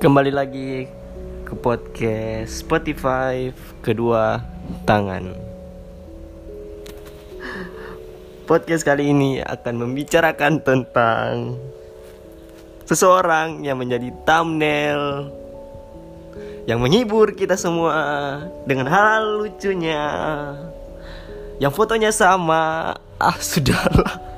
Kembali lagi ke podcast Spotify kedua tangan. Podcast kali ini akan membicarakan tentang seseorang yang menjadi thumbnail yang menghibur kita semua dengan hal lucunya, yang fotonya sama. Sudahlah.